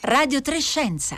Radio 3 Scienza.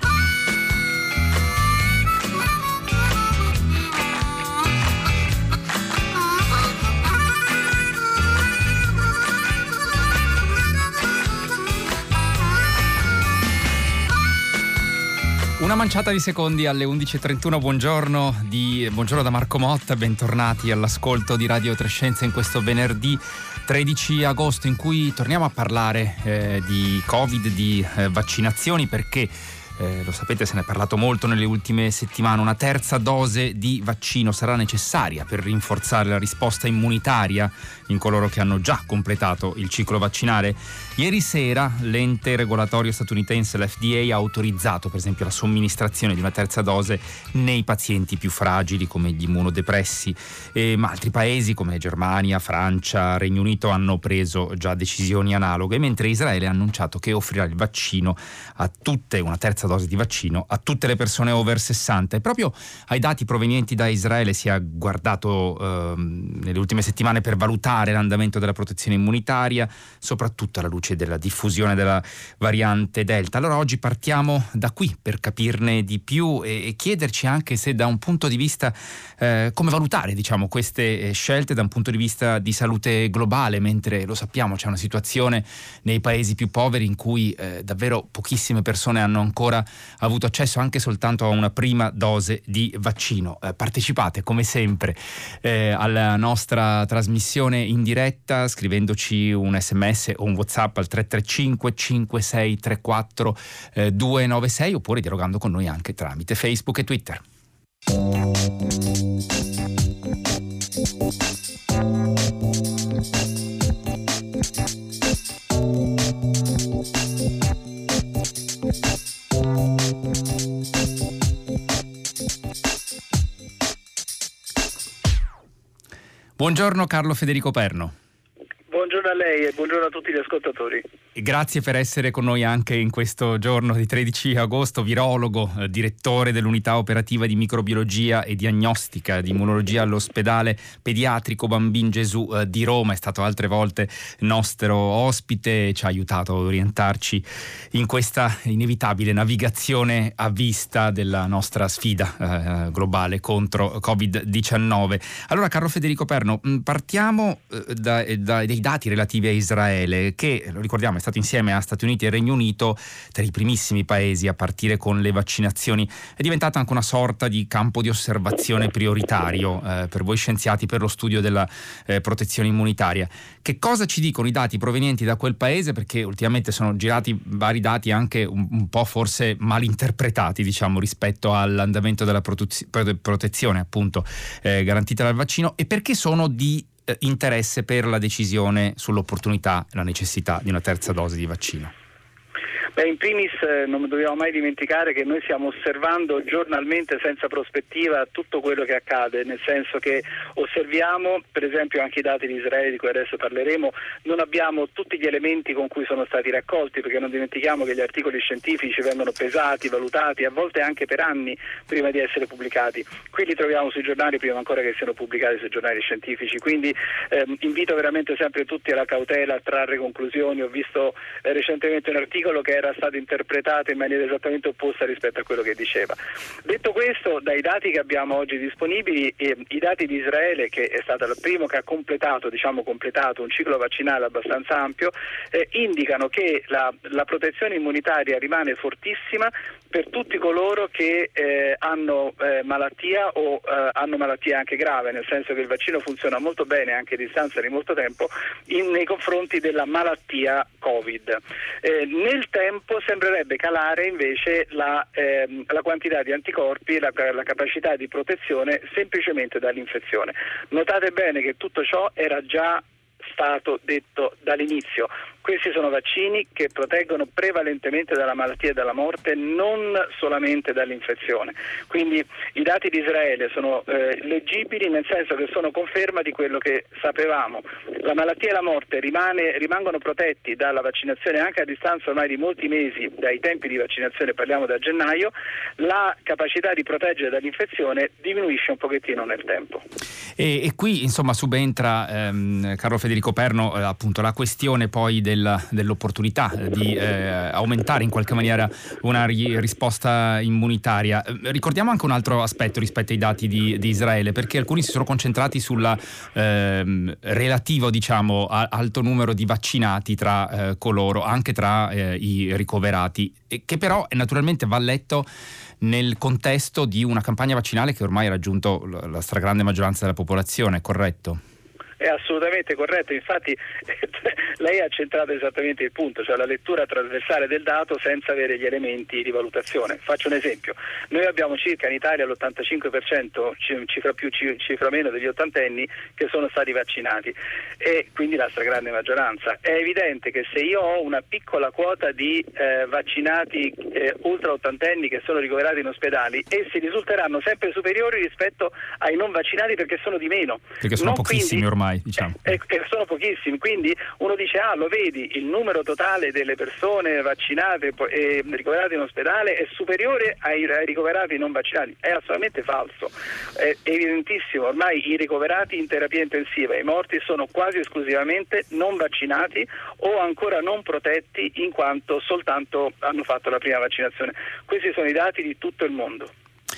Una manciata di secondi alle 11.31, buongiorno da Marco Motta, bentornati all'ascolto di Radio 3 Scienza in questo venerdì 13 agosto in cui torniamo a parlare di Covid, di vaccinazioni, perché lo sapete, se ne è parlato molto nelle ultime settimane. Una terza dose di vaccino sarà necessaria per rinforzare la risposta immunitaria in coloro che hanno già completato il ciclo vaccinale. Ieri sera l'ente regolatorio statunitense, l'FDA, ha autorizzato per esempio la somministrazione di una terza dose nei pazienti più fragili come gli immunodepressi, ma altri paesi come Germania, Francia, Regno Unito hanno preso già decisioni analoghe, mentre Israele ha annunciato che offrirà il vaccino una terza dose di vaccino a tutte le persone over 60. E proprio ai dati provenienti da Israele si è guardato nelle ultime settimane per valutare l'andamento della protezione immunitaria, soprattutto alla luce della diffusione della variante Delta. Allora oggi partiamo da qui per capirne di più e chiederci anche se da un punto di vista come valutare queste scelte da un punto di vista di salute globale, mentre lo sappiamo c'è una situazione nei paesi più poveri in cui davvero pochissime persone hanno ancora avuto accesso anche soltanto a una prima dose di vaccino. Partecipate come sempre alla nostra trasmissione in diretta scrivendoci un SMS o un WhatsApp al 335 5634 296 oppure dialogando con noi anche tramite Facebook e Twitter. Buongiorno Carlo Federico Perno. Buongiorno a lei e buongiorno a tutti gli ascoltatori. Grazie per essere con noi anche in questo giorno di 13 agosto, virologo, direttore dell'unità operativa di microbiologia e diagnostica di immunologia all'ospedale pediatrico Bambin Gesù di Roma. È stato altre volte nostro ospite e ci ha aiutato a orientarci in questa inevitabile navigazione a vista della nostra sfida globale contro Covid-19. Allora Carlo Federico Perno, partiamo dei dati relativi a Israele, che lo ricordiamo è stato insieme a Stati Uniti e Regno Unito tra i primissimi paesi a partire con le vaccinazioni. È diventata anche una sorta di campo di osservazione prioritario per voi scienziati per lo studio della protezione immunitaria. Che cosa ci dicono i dati provenienti da quel paese? Perché ultimamente sono girati vari dati anche un po' forse malinterpretati, rispetto all'andamento della protezione appunto garantita dal vaccino, e perché sono di interesse per la decisione sull'opportunità e la necessità di una terza dose di vaccino. In primis non dobbiamo mai dimenticare che noi stiamo osservando giornalmente senza prospettiva tutto quello che accade, nel senso che osserviamo per esempio anche i dati di Israele di cui adesso parleremo, non abbiamo tutti gli elementi con cui sono stati raccolti, perché non dimentichiamo che gli articoli scientifici vengono pesati, valutati, a volte anche per anni prima di essere pubblicati. Qui li troviamo sui giornali prima ancora che siano pubblicati sui giornali scientifici, quindi invito veramente sempre tutti alla cautela, a trarre conclusioni. Ho visto recentemente un articolo che era stato interpretato in maniera esattamente opposta rispetto a quello che diceva. Detto questo, dai dati che abbiamo oggi disponibili, i dati di Israele, che è stato il primo che ha completato un ciclo vaccinale abbastanza ampio, indicano che la protezione immunitaria rimane fortissima per tutti coloro che hanno malattia o hanno malattia anche grave, nel senso che il vaccino funziona molto bene anche a distanza di molto tempo nei confronti della malattia Covid. Nel tempo sembrerebbe calare invece la quantità di anticorpi, la capacità di protezione semplicemente dall'infezione. Notate bene che tutto ciò era già stato detto dall'inizio. Questi sono vaccini che proteggono prevalentemente dalla malattia e dalla morte, non solamente dall'infezione. Quindi i dati di Israele sono leggibili, nel senso che sono conferma di quello che sapevamo. La malattia e la morte rimangono protetti dalla vaccinazione anche a distanza ormai di molti mesi dai tempi di vaccinazione, parliamo da gennaio. La capacità di proteggere dall'infezione diminuisce un pochettino nel tempo. E qui insomma subentra Carlo Federico Perno appunto la questione poi del dell'opportunità di aumentare in qualche maniera una risposta immunitaria. Ricordiamo anche un altro aspetto rispetto ai dati di Israele, perché alcuni si sono concentrati sul relativo, diciamo, alto numero di vaccinati tra coloro, anche tra i ricoverati, che però naturalmente va letto nel contesto di una campagna vaccinale che ormai ha raggiunto la stragrande maggioranza della popolazione, corretto? È assolutamente corretto, infatti lei ha centrato esattamente il punto, cioè la lettura trasversale del dato senza avere gli elementi di valutazione. Faccio un esempio: noi abbiamo circa in Italia l'85%, cifra più, cifra meno degli ottantenni che sono stati vaccinati, e quindi la stragrande maggioranza. È evidente che se io ho una piccola quota di vaccinati ultra ottantenni che sono ricoverati in ospedali, essi risulteranno sempre superiori rispetto ai non vaccinati perché sono di meno. Perché sono pochissimi ormai. Diciamo. Sono pochissimi, quindi uno dice: lo vedi, il numero totale delle persone vaccinate e ricoverate in ospedale è superiore ai ricoverati non vaccinati. È assolutamente falso, è evidentissimo. Ormai i ricoverati in terapia intensiva e i morti sono quasi esclusivamente non vaccinati o ancora non protetti in quanto soltanto hanno fatto la prima vaccinazione. Questi sono i dati di tutto il mondo.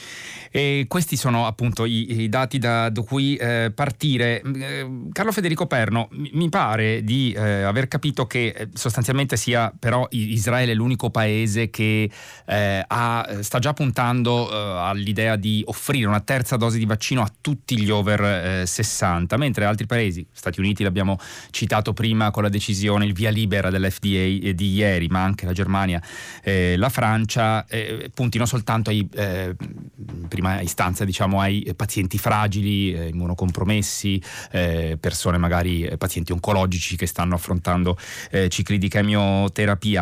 E questi sono appunto i dati da cui partire. Carlo Federico Perno, mi pare di aver capito che sostanzialmente sia però Israele l'unico paese che sta già puntando all'idea di offrire una terza dose di vaccino a tutti gli over 60, mentre altri paesi, Stati Uniti l'abbiamo citato prima con la decisione, il via libera dell'FDA di ieri, ma anche la Germania, la Francia, puntino soltanto ai prima istanza, diciamo, ai pazienti fragili, immunocompromessi, persone magari pazienti oncologici che stanno affrontando cicli di chemioterapia.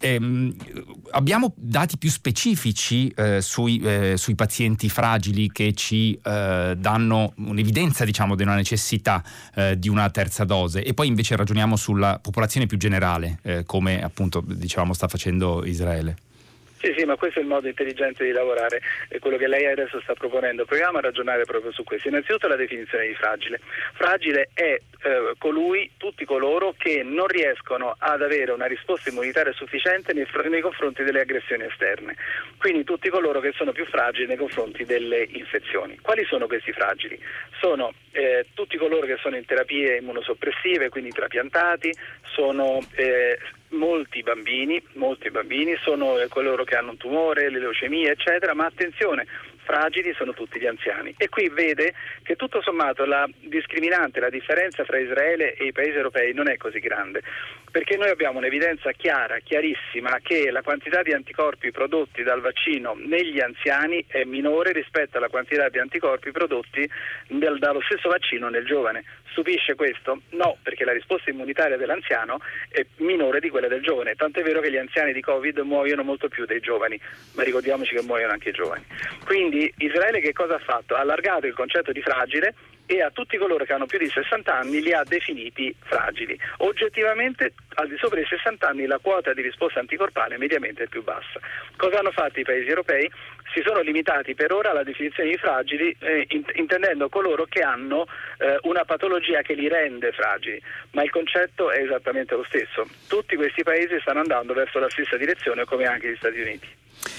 Abbiamo dati più specifici sui pazienti fragili che ci danno un'evidenza, diciamo, di una necessità di una terza dose, e poi invece ragioniamo sulla popolazione più generale, come appunto dicevamo sta facendo Israele. Sì, ma questo è il modo intelligente di lavorare, è quello che lei adesso sta proponendo. Proviamo a ragionare proprio su questo. Innanzitutto la definizione di fragile. Fragile è tutti coloro che non riescono ad avere una risposta immunitaria sufficiente nei confronti delle aggressioni esterne. Quindi tutti coloro che sono più fragili nei confronti delle infezioni. Quali sono questi fragili? Sono tutti coloro che sono in terapie immunosoppressive, quindi trapiantati, sono molti bambini, sono coloro che hanno un tumore, le leucemie, eccetera, ma attenzione, fragili sono tutti gli anziani. E qui vede che tutto sommato la discriminante, la differenza fra Israele e i paesi europei non è così grande, perché noi abbiamo un'evidenza chiarissima che la quantità di anticorpi prodotti dal vaccino negli anziani è minore rispetto alla quantità di anticorpi prodotti dallo stesso vaccino nel giovane. Stupisce questo? No, perché la risposta immunitaria dell'anziano è minore di quella del giovane, tant'è vero che gli anziani di Covid muoiono molto più dei giovani, ma ricordiamoci che muoiono anche i giovani. Quindi Israele che cosa ha fatto? Ha allargato il concetto di fragile e a tutti coloro che hanno più di 60 anni li ha definiti fragili. Oggettivamente al di sopra dei 60 anni la quota di risposta anticorpale mediamente è più bassa. Cosa hanno fatto i paesi europei? Si sono limitati per ora alla definizione di fragili, intendendo coloro che hanno una patologia che li rende fragili, ma il concetto è esattamente lo stesso. Tutti questi paesi stanno andando verso la stessa direzione, come anche gli Stati Uniti.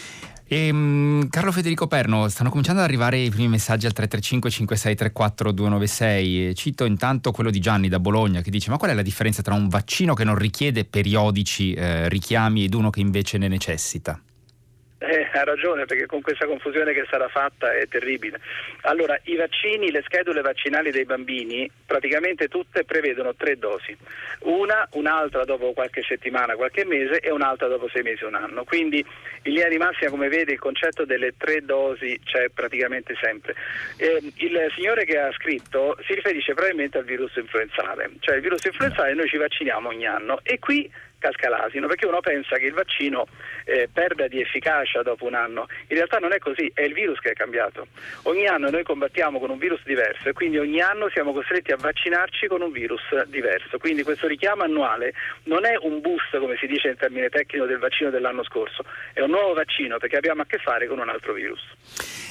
Carlo Federico Perno, stanno cominciando ad arrivare i primi messaggi al 335 5634 296. Cito intanto quello di Gianni da Bologna che dice: ma qual è la differenza tra un vaccino che non richiede periodici richiami ed uno che invece ne necessita? Ha ragione, perché con questa confusione che sarà fatta è terribile. Allora, i vaccini, le schedule vaccinali dei bambini praticamente tutte prevedono 3 dosi, un'altra dopo qualche settimana, qualche mese e un'altra dopo 6 mesi, un anno. Quindi in linea di massima, come vede, il concetto delle 3 dosi c'è praticamente sempre. Il signore che ha scritto si riferisce probabilmente al virus influenzale, cioè il virus influenzale noi ci vacciniamo ogni anno, e qui casca l'asino, perché uno pensa che il vaccino perda di efficacia dopo un anno. In realtà non è così, è il virus che è cambiato. Ogni anno noi combattiamo con un virus diverso e quindi ogni anno siamo costretti a vaccinarci con un virus diverso. Quindi questo richiamo annuale non è un boost, come si dice in termine tecnico, del vaccino dell'anno scorso, è un nuovo vaccino perché abbiamo a che fare con un altro virus.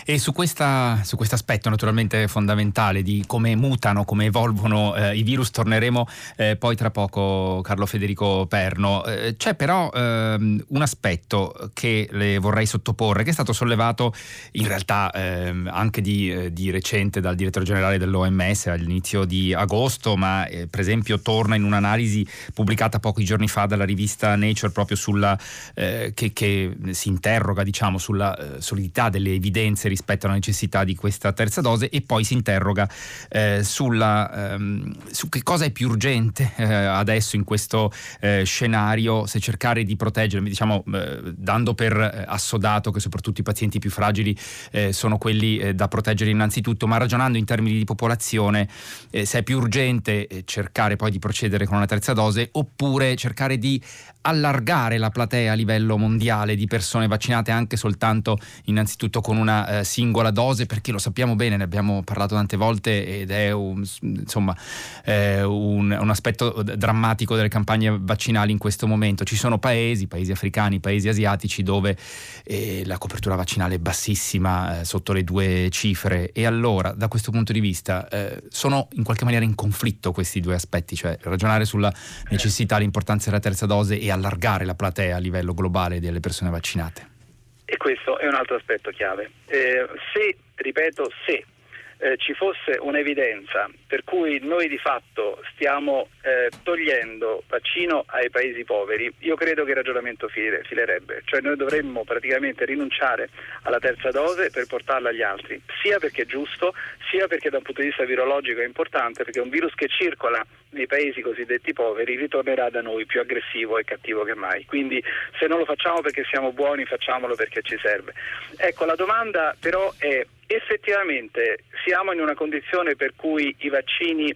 E su questo aspetto naturalmente fondamentale di come mutano, come evolvono i virus torneremo poi tra poco, Carlo Federico Perno. C'è però un aspetto che le vorrei sottoporre, che è stato sollevato in realtà anche di recente dal direttore generale dell'OMS all'inizio di agosto, ma per esempio torna in un'analisi pubblicata pochi giorni fa dalla rivista Nature proprio sulla che si interroga, diciamo, sulla solidità delle evidenze rispetto alla necessità di questa terza dose, e poi si interroga su che cosa è più urgente adesso in questo scenario, se cercare di proteggere, diciamo, dando per assodato che soprattutto i pazienti più fragili sono quelli da proteggere innanzitutto, ma ragionando in termini di popolazione, se è più urgente cercare poi di procedere con una terza dose oppure cercare di allargare la platea a livello mondiale di persone vaccinate anche soltanto innanzitutto con una singola dose, perché lo sappiamo bene, ne abbiamo parlato tante volte ed è un aspetto drammatico delle campagne vaccinali in questo momento. Ci sono paesi africani, paesi asiatici dove la copertura vaccinale è bassissima, sotto le 2 cifre, e allora da questo punto di vista sono in qualche maniera in conflitto questi due aspetti, cioè ragionare sulla necessità, l'importanza della terza dose e allargare la platea a livello globale delle persone vaccinate. E questo è un altro aspetto chiave. Se ci fosse un'evidenza per cui noi di fatto stiamo togliendo vaccino ai paesi poveri, io credo che il ragionamento filerebbe, cioè noi dovremmo praticamente rinunciare alla terza dose per portarla agli altri, sia perché è giusto, sia perché da un punto di vista virologico è importante, perché un virus che circola nei paesi cosiddetti poveri ritornerà da noi più aggressivo e cattivo che mai. Quindi se non lo facciamo perché siamo buoni, facciamolo perché ci serve. Ecco, la domanda però è: effettivamente siamo in una condizione per cui i vaccini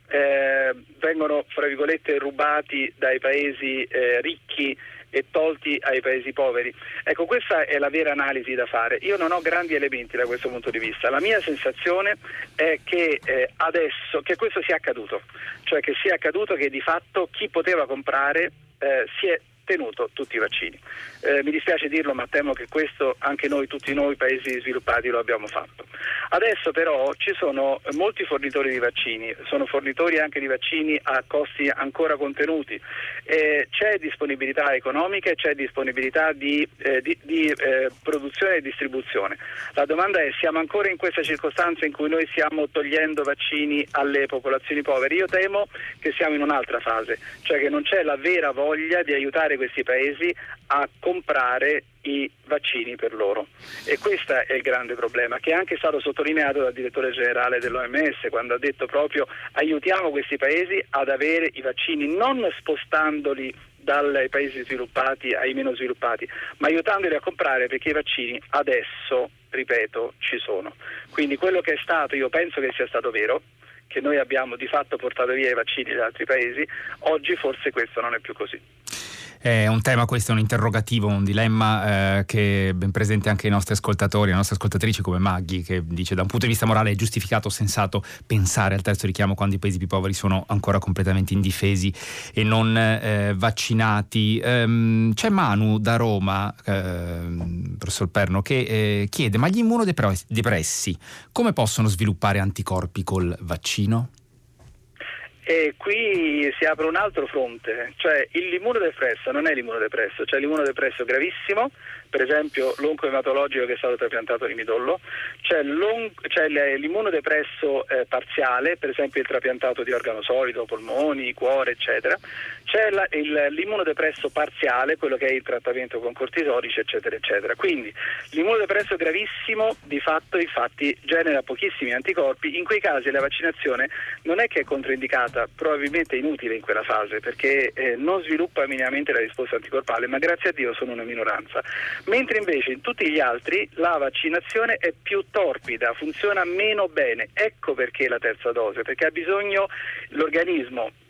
vengono, fra virgolette, rubati dai paesi ricchi e tolti ai paesi poveri? Ecco, questa è la vera analisi da fare. Io non ho grandi elementi da questo punto di vista. La mia sensazione è che adesso che questo sia accaduto, cioè che sia accaduto che di fatto chi poteva comprare si è tenuto tutti i vaccini. Mi dispiace dirlo, ma temo che questo anche noi, tutti noi paesi sviluppati, lo abbiamo fatto. Adesso però ci sono molti fornitori di vaccini, sono fornitori anche di vaccini a costi ancora contenuti, c'è disponibilità economica e c'è disponibilità di produzione e distribuzione. La domanda è: siamo ancora in questa circostanza in cui noi stiamo togliendo vaccini alle popolazioni povere? Io temo che siamo in un'altra fase, cioè che non c'è la vera voglia di aiutare questi paesi a comprare i vaccini per loro, e questo è il grande problema, che è anche stato sottolineato dal direttore generale dell'OMS quando ha detto proprio: aiutiamo questi paesi ad avere i vaccini, non spostandoli dai paesi sviluppati ai meno sviluppati, ma aiutandoli a comprare, perché i vaccini adesso, ripeto, ci sono. Quindi quello che è stato, io penso che sia stato vero, che noi abbiamo di fatto portato via i vaccini da altri paesi, oggi forse questo non è più così. È un tema, questo è un interrogativo, un dilemma che è ben presente anche ai nostri ascoltatori, alle nostre ascoltatrici, come Maggie, che dice: da un punto di vista morale è giustificato, sensato pensare al terzo richiamo quando i paesi più poveri sono ancora completamente indifesi e non vaccinati. C'è Manu da Roma, professor Perno, che chiede: ma gli immunodepressi come possono sviluppare anticorpi col vaccino? E qui si apre un altro fronte, cioè l'immunodepresso non è l'immunodepresso, c'è l'immunodepresso gravissimo, per esempio l'oncoematologico che è stato trapiantato di midollo, c'è l'immunodepresso parziale, per esempio il trapiantato di organo solido, polmoni, cuore, eccetera, c'è l'immunodepresso parziale, quello che è il trattamento con cortisodici, eccetera, eccetera. Quindi l'immunodepresso gravissimo di fatto infatti genera pochissimi anticorpi. In quei casi la vaccinazione non è che è controindicata, probabilmente inutile in quella fase, perché non sviluppa minimamente la risposta anticorpale, ma grazie a Dio sono una minoranza. Mentre invece in tutti gli altri la vaccinazione è più torpida, funziona meno bene. Ecco perché la terza dose, perché ha bisogno l'organismo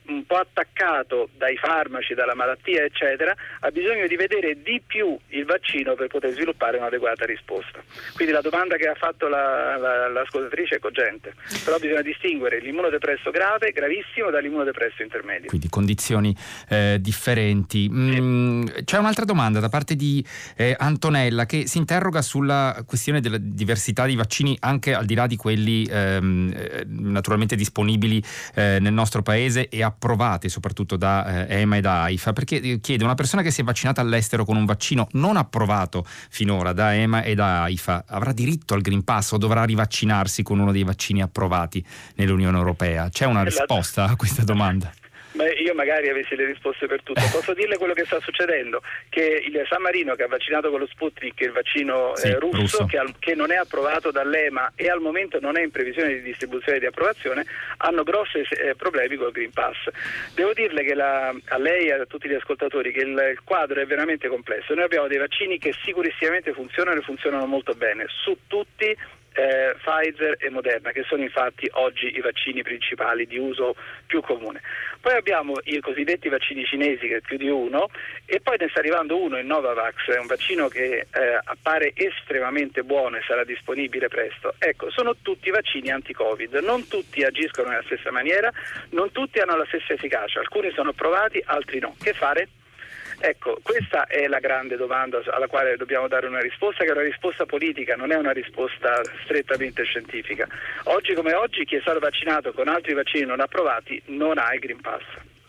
un po' attaccato dai farmaci, dalla malattia eccetera, ha bisogno di vedere di più il vaccino per poter sviluppare un'adeguata risposta. Quindi la domanda che ha fatto l'ascoltatrice è cogente, però bisogna distinguere l'immunodepresso grave, gravissimo, dall'immunodepresso intermedio. Quindi condizioni differenti. C'è un'altra domanda da parte di Antonella, che si interroga sulla questione della diversità di vaccini anche al di là di quelli naturalmente disponibili nel nostro paese e approvati soprattutto da EMA e da AIFA, perché chiede: una persona che si è vaccinata all'estero con un vaccino non approvato finora da EMA e da AIFA avrà diritto al Green Pass o dovrà rivaccinarsi con uno dei vaccini approvati nell'Unione Europea? C'è una risposta a questa domanda? Io magari avessi le risposte per tutto. Posso dirle quello che sta succedendo, che il San Marino, che ha vaccinato con lo Sputnik, il vaccino russo. Che non è approvato dall'EMA e al momento non è in previsione di distribuzione e di approvazione, hanno grossi problemi col Green Pass. Devo dirle che a lei e a tutti gli ascoltatori che il quadro è veramente complesso. Noi abbiamo dei vaccini che sicurissimamente funzionano e funzionano molto bene su tutti, Pfizer e Moderna, che sono infatti oggi i vaccini principali di uso più comune. Poi abbiamo i cosiddetti vaccini cinesi, che è più di uno, e poi ne sta arrivando uno, il Novavax, è un vaccino che appare estremamente buono e sarà disponibile presto. Ecco, sono tutti vaccini anti-Covid, non tutti agiscono nella stessa maniera, non tutti hanno la stessa efficacia, alcuni sono approvati, altri no. Che fare? Ecco, questa è la grande domanda alla quale dobbiamo dare una risposta, che è una risposta politica, non è una risposta strettamente scientifica. Oggi come oggi chi è stato vaccinato con altri vaccini non approvati non ha il Green Pass.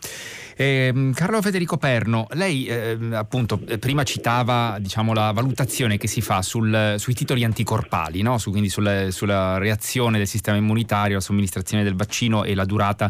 Carlo Federico Perno, lei appunto prima citava, diciamo, la valutazione che si fa sui titoli anticorpali, no? Quindi sulla reazione del sistema immunitario, la somministrazione del vaccino e la durata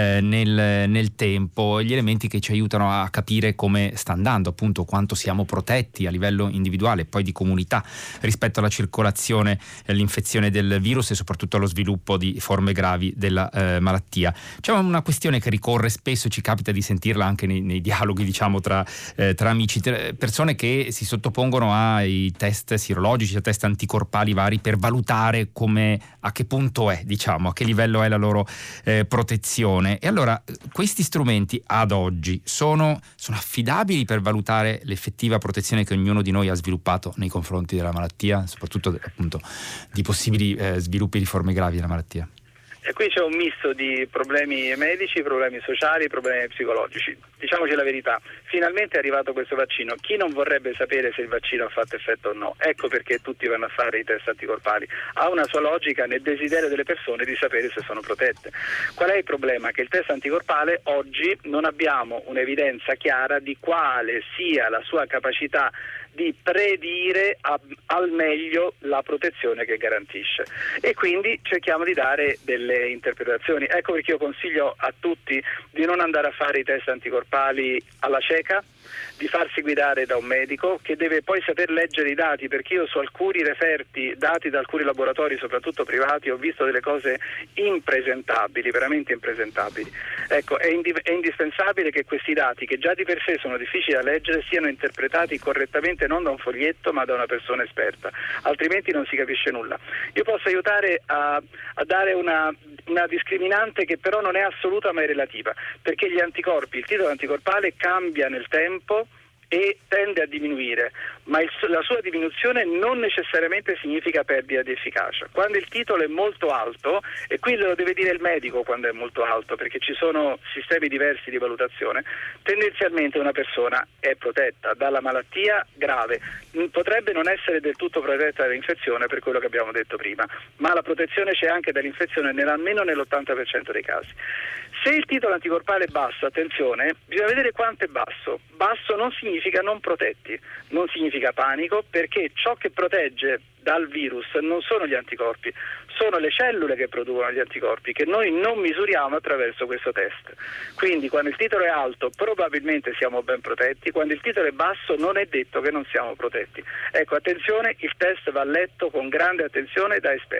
nel tempo, gli elementi che ci aiutano a capire come sta andando, appunto quanto siamo protetti a livello individuale e poi di comunità rispetto alla circolazione, all'infezione del virus e soprattutto allo sviluppo di forme gravi della malattia. C'è una questione che ricorre spesso, ci capita di sentirla anche nei dialoghi, diciamo, tra amici, persone che si sottopongono ai test sierologici, ai test anticorpali vari per valutare a che punto è, diciamo, a che livello è la loro protezione. E allora questi strumenti ad oggi sono affidabili per valutare l'effettiva protezione che ognuno di noi ha sviluppato nei confronti della malattia, soprattutto appunto di possibili sviluppi di forme gravi della malattia? E qui c'è un misto di problemi medici, problemi sociali, problemi psicologici. Diciamoci la verità, finalmente è arrivato questo vaccino. Chi non vorrebbe sapere se il vaccino ha fatto effetto o no? Ecco perché tutti vanno a fare i test anticorpali. Ha una sua logica nel desiderio delle persone di sapere se sono protette. Qual è il problema? Che il test anticorpale oggi non abbiamo un'evidenza chiara di quale sia la sua capacità di predire al meglio la protezione che garantisce, e quindi cerchiamo di dare delle interpretazioni. Ecco perché io consiglio a tutti di non andare a fare i test anticorpali alla cieca, di farsi guidare da un medico che deve poi saper leggere i dati, perché io su alcuni referti dati da alcuni laboratori, soprattutto privati, ho visto delle cose impresentabili, veramente impresentabili. Ecco, è indispensabile che questi dati, che già di per sé sono difficili da leggere, siano interpretati correttamente non da un foglietto ma da una persona esperta, altrimenti non si capisce nulla. Io posso aiutare a dare una discriminante che però non è assoluta ma è relativa, perché gli anticorpi, il titolo anticorpale cambia nel tempo e tende a diminuire, ma la sua diminuzione non necessariamente significa perdita di efficacia. Quando il titolo è molto alto, e qui lo deve dire il medico quando è molto alto, perché ci sono sistemi diversi di valutazione, tendenzialmente una persona è protetta dalla malattia grave, potrebbe non essere del tutto protetta dall'infezione per quello che abbiamo detto prima, ma la protezione c'è anche dall'infezione almeno nell'80% dei casi. Se il titolo anticorpale è basso, attenzione, bisogna vedere quanto è basso. Basso non significa non protetti, non significa panico, perché ciò che protegge dal virus non sono gli anticorpi, sono le cellule che producono gli anticorpi, che noi non misuriamo attraverso questo test. Quindi quando il titolo è alto probabilmente siamo ben protetti, quando il titolo è basso non è detto che non siamo protetti. Ecco, attenzione, il test va letto con grande attenzione da esperti.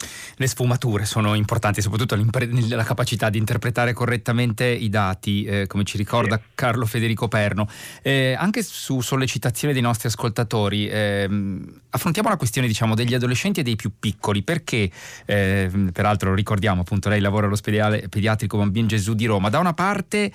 Le sfumature sono importanti, soprattutto la capacità di interpretare correttamente i dati, come ci ricorda Carlo Federico Perno. Anche su sollecitazione dei nostri ascoltatori, affrontiamo la questione, diciamo, degli adolescenti e dei più piccoli, perché peraltro ricordiamo, appunto, lei lavora all'ospedale pediatrico Bambin Gesù di Roma. Da una parte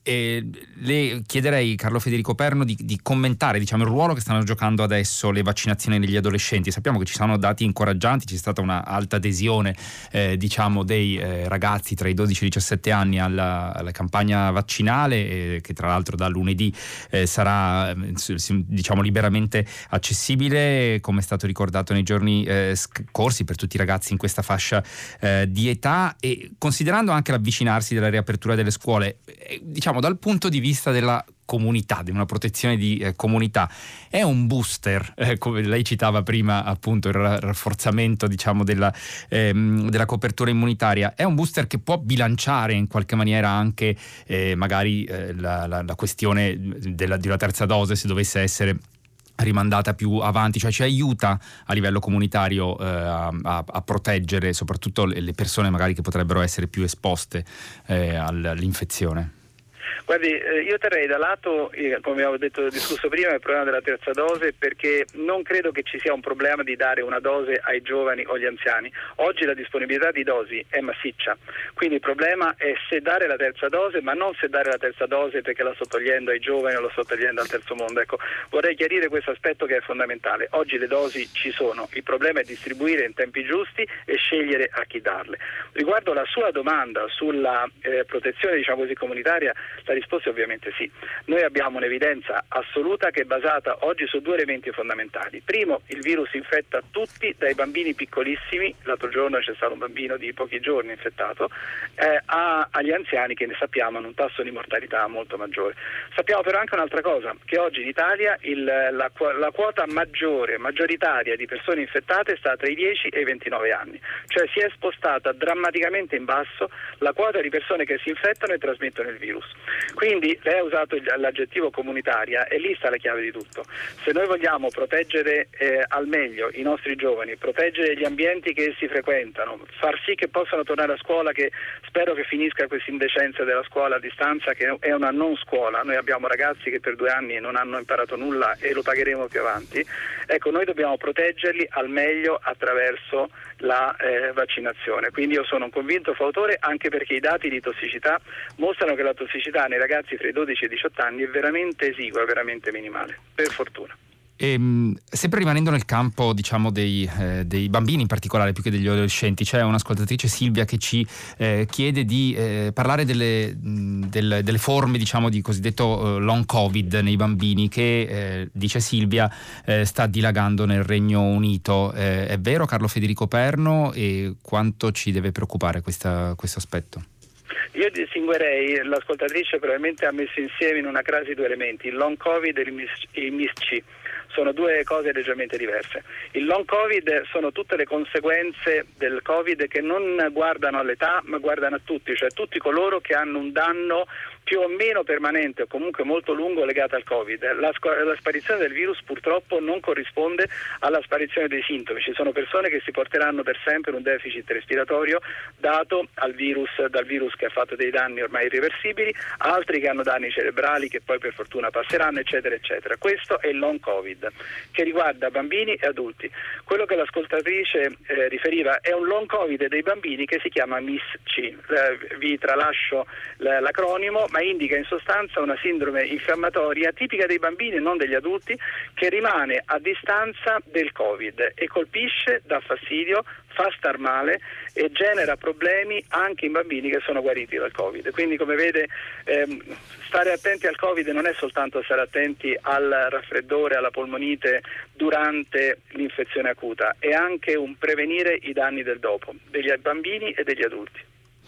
le chiederei, Carlo Federico Perno, di commentare, diciamo, il ruolo che stanno giocando adesso le vaccinazioni negli adolescenti. Sappiamo che ci sono dati incoraggianti, c'è stata una alta adesione diciamo dei ragazzi tra i 12 e i 17 anni alla campagna vaccinale, che tra l'altro da lunedì sarà diciamo liberamente accessibile, come è stato ricordato nei giorni scorsi, per tutti i ragazzi in questa fascia di età. E considerando anche l'avvicinarsi della riapertura delle scuole, diciamo dal punto di vista della comunità, di una protezione di comunità, è un booster, come lei citava prima, appunto il rafforzamento, diciamo, della copertura immunitaria, è un booster che può bilanciare in qualche maniera anche magari la questione di una terza dose, se dovesse essere rimandata più avanti, cioè ci aiuta a livello comunitario a proteggere soprattutto le persone magari che potrebbero essere più esposte all'infezione. Guardi, io terrei da lato, come avevo discusso prima, il problema della terza dose, perché non credo che ci sia un problema di dare una dose ai giovani o agli anziani. Oggi la disponibilità di dosi è massiccia, quindi il problema è se dare la terza dose, ma non se dare la terza dose perché la sto togliendo ai giovani o la sto togliendo al terzo mondo. Ecco, vorrei chiarire questo aspetto che è fondamentale. Oggi le dosi ci sono, il problema è distribuire in tempi giusti e scegliere a chi darle. Riguardo la sua domanda sulla protezione, diciamo così, comunitaria, la risposta è ovviamente sì. Noi abbiamo un'evidenza assoluta che è basata oggi su due elementi fondamentali. Primo, il virus infetta tutti, dai bambini piccolissimi, l'altro giorno c'è stato un bambino di pochi giorni infettato, agli anziani, che ne sappiamo hanno un tasso di mortalità molto maggiore. Sappiamo però anche un'altra cosa, che oggi in Italia la quota maggioritaria di persone infettate sta tra i 10 e i 29 anni, cioè si è spostata drammaticamente in basso la quota di persone che si infettano e trasmettono il virus. Quindi lei ha usato l'aggettivo comunitaria e lì sta la chiave di tutto. Se noi vogliamo proteggere al meglio i nostri giovani, proteggere gli ambienti che essi frequentano, far sì che possano tornare a scuola, che spero che finisca questa indecenza della scuola a distanza, che è una non scuola. Noi abbiamo ragazzi che per 2 anni non hanno imparato nulla e lo pagheremo più avanti. Ecco, noi dobbiamo proteggerli al meglio attraverso la vaccinazione. Quindi io sono un convinto fautore, anche perché i dati di tossicità mostrano che la tossicità nei ragazzi tra i 12 e i 18 anni è veramente esigua, è veramente minimale, per fortuna. Sempre rimanendo nel campo, diciamo, dei bambini in particolare più che degli adolescenti, c'è un'ascoltatrice, Silvia, che ci chiede di parlare delle forme, diciamo, di cosiddetto long covid nei bambini che, dice Silvia, sta dilagando nel Regno Unito. È vero, Carlo Federico Perno, e quanto ci deve preoccupare questo aspetto? Io distinguerei, l'ascoltatrice probabilmente ha messo insieme in una crasi 2 elementi, il long covid e il MIS-C. Sono 2 cose leggermente diverse. Il long covid sono tutte le conseguenze del covid che non guardano all'età ma guardano a tutti, cioè tutti coloro che hanno un danno più o meno permanente o comunque molto lungo legato al Covid. La sparizione del virus purtroppo non corrisponde alla sparizione dei sintomi. Ci sono persone che si porteranno per sempre un deficit respiratorio dato dal virus che ha fatto dei danni ormai irreversibili, altri che hanno danni cerebrali che poi per fortuna passeranno, eccetera, eccetera. Questo è il long Covid, che riguarda bambini e adulti. Quello che l'ascoltatrice riferiva è un long Covid dei bambini che si chiama MIS-C. Vi tralascio l'acronimo, ma indica in sostanza una sindrome infiammatoria tipica dei bambini e non degli adulti, che rimane a distanza del Covid e colpisce, dà fastidio, fa star male e genera problemi anche in bambini che sono guariti dal Covid. Quindi, come vede, stare attenti al Covid non è soltanto stare attenti al raffreddore, alla polmonite durante l'infezione acuta, è anche un prevenire i danni del dopo, degli bambini e degli adulti.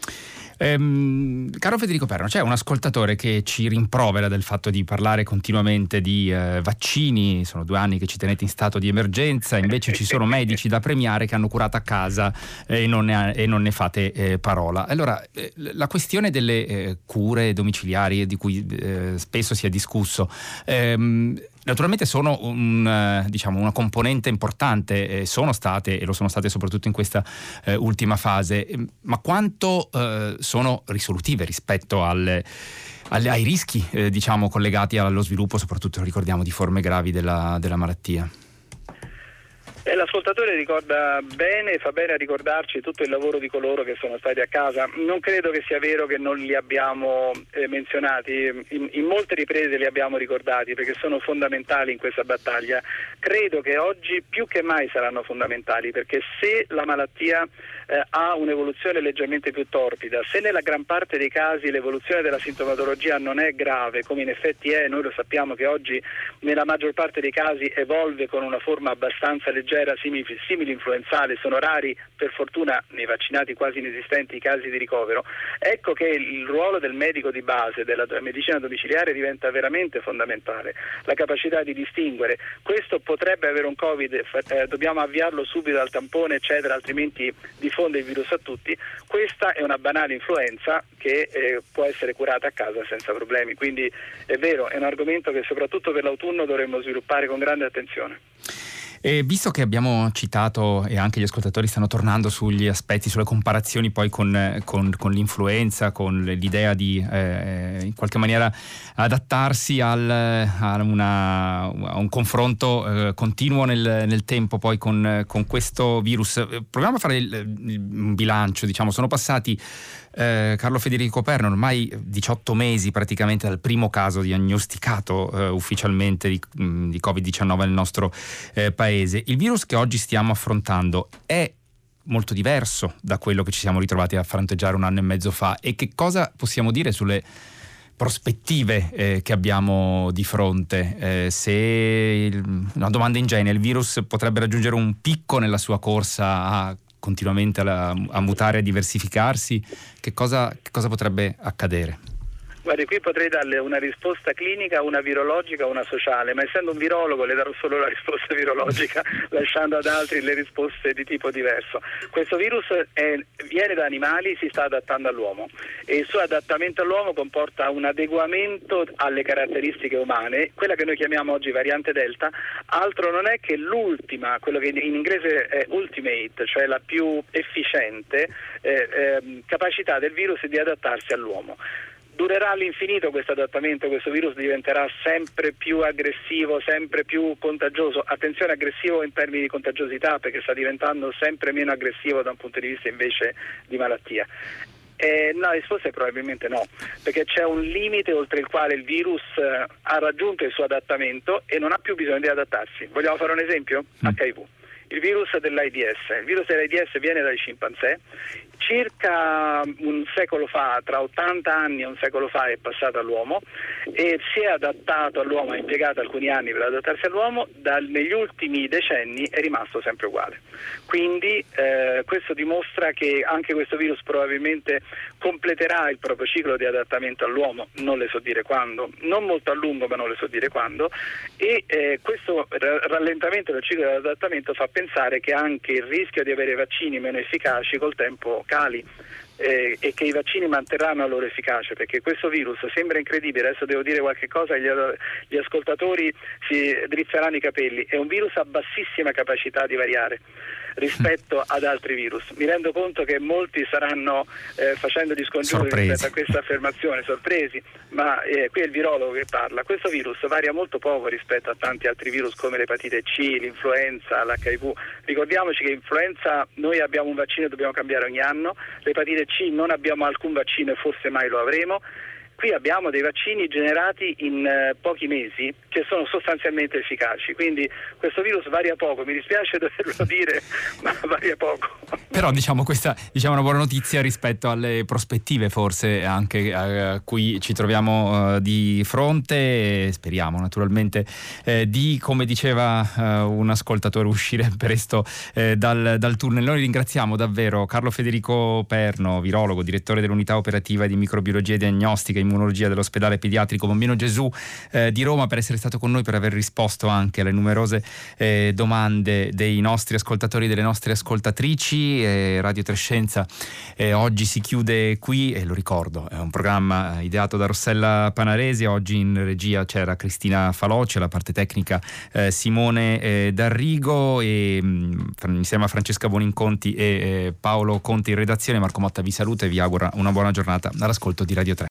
Caro Federico Perno, c'è un ascoltatore che ci rimprovera del fatto di parlare continuamente di vaccini. Sono 2 anni che ci tenete in stato di emergenza, invece ci sono medici da premiare che hanno curato a casa e non ne fate parola. Allora, la questione delle cure domiciliari, di cui spesso si è discusso, Naturalmente sono una componente importante, sono state e lo sono state soprattutto in questa ultima fase, ma quanto sono risolutive rispetto ai rischi collegati allo sviluppo, soprattutto ricordiamo di forme gravi della malattia? L'ascoltatore ricorda bene, fa bene a ricordarci tutto il lavoro di coloro che sono stati a casa. Non credo che sia vero che non li abbiamo menzionati, in molte riprese li abbiamo ricordati perché sono fondamentali in questa battaglia. Credo che oggi più che mai saranno fondamentali, perché se la malattia ha un'evoluzione leggermente più torpida, se nella gran parte dei casi l'evoluzione della sintomatologia non è grave, come in effetti è, noi lo sappiamo che oggi nella maggior parte dei casi evolve con una forma abbastanza leggera, simili influenzale, sono rari per fortuna nei vaccinati quasi inesistenti i casi di ricovero, ecco che il ruolo del medico di base, della medicina domiciliare diventa veramente fondamentale, la capacità di distinguere, questo potrebbe avere un Covid, dobbiamo avviarlo subito dal tampone eccetera, altrimenti diffonde il virus a tutti. Questa è una banale influenza che può essere curata a casa senza problemi, quindi è vero, è un argomento che soprattutto per l'autunno dovremmo sviluppare con grande attenzione. E visto che abbiamo citato e anche gli ascoltatori stanno tornando sugli aspetti, sulle comparazioni poi con l'influenza, con l'idea di in qualche maniera adattarsi a un confronto continuo nel tempo poi con questo virus, proviamo a fare il bilancio, sono passati Carlo Federico Perno ormai 18 mesi praticamente dal primo caso diagnosticato ufficialmente di Covid-19 nel nostro paese. Il virus che oggi stiamo affrontando è molto diverso da quello che ci siamo ritrovati a fronteggiare un anno e mezzo fa, e che cosa possiamo dire sulle prospettive che abbiamo di fronte? Una domanda ingenua, il virus potrebbe raggiungere un picco nella sua corsa continuamente a mutare, a diversificarsi, che cosa potrebbe accadere? Guardi, qui potrei darle una risposta clinica, una virologica, una sociale, ma essendo un virologo le darò solo la risposta virologica, lasciando ad altri le risposte di tipo diverso. Questo virus viene da animali, si sta adattando all'uomo e il suo adattamento all'uomo comporta un adeguamento alle caratteristiche umane, quella che noi chiamiamo oggi variante Delta, altro non è che l'ultima, quello che in inglese è ultimate, cioè la più efficiente capacità del virus di adattarsi all'uomo. Durerà all'infinito questo adattamento, questo virus diventerà sempre più aggressivo, sempre più contagioso. Attenzione, aggressivo in termini di contagiosità, perché sta diventando sempre meno aggressivo da un punto di vista invece di malattia. No, la risposta è probabilmente no, perché c'è un limite oltre il quale il virus ha raggiunto il suo adattamento e non ha più bisogno di adattarsi. Vogliamo fare un esempio? HIV. Il virus dell'AIDS. Il virus dell'AIDS viene dai scimpanzé. Circa un secolo fa, tra 80 anni e un secolo fa, è passato all'uomo e si è adattato all'uomo, ha impiegato alcuni anni per adattarsi all'uomo, negli ultimi decenni è rimasto sempre uguale. Quindi questo dimostra che anche questo virus probabilmente completerà il proprio ciclo di adattamento all'uomo, non le so dire quando, non molto a lungo ma non le so dire quando, e questo rallentamento del ciclo di adattamento fa pensare che anche il rischio di avere vaccini meno efficaci col tempo cali e che i vaccini manterranno la loro efficacia, perché questo virus sembra incredibile, adesso devo dire qualche cosa, gli ascoltatori si drizzeranno i capelli, è un virus a bassissima capacità di variare rispetto ad altri virus. Mi rendo conto che molti saranno facendo gli scongiuri rispetto a questa affermazione, sorpresi, ma qui è il virologo che parla. Questo virus varia molto poco rispetto a tanti altri virus come l'epatite C, l'influenza, l'HIV. Ricordiamoci che influenza noi abbiamo un vaccino e dobbiamo cambiare ogni anno, l'epatite C non abbiamo alcun vaccino e forse mai lo avremo. Qui abbiamo dei vaccini generati in pochi mesi che sono sostanzialmente efficaci, quindi questo virus varia poco, mi dispiace doverlo dire, ma varia poco. Però questa è una buona notizia rispetto alle prospettive forse anche a cui ci troviamo di fronte, speriamo naturalmente di, come diceva un ascoltatore, uscire presto dal tunnel. Noi ringraziamo davvero Carlo Federico Perno, virologo, direttore dell'unità operativa di microbiologia e diagnostica immunologia dell'ospedale pediatrico Bambino Gesù di Roma, per essere stato con noi, per aver risposto anche alle numerose domande dei nostri ascoltatori e delle nostre ascoltatrici. Radio Trescenza oggi si chiude qui, e lo ricordo, è un programma ideato da Rossella Panaresi. Oggi in regia c'era Cristina Faloci, alla parte tecnica Simone D'Arrigo, e insieme a Francesca Boninconti e Paolo Conti in redazione. Marco Motta vi saluta e vi augura una buona giornata all'ascolto di Radio 3.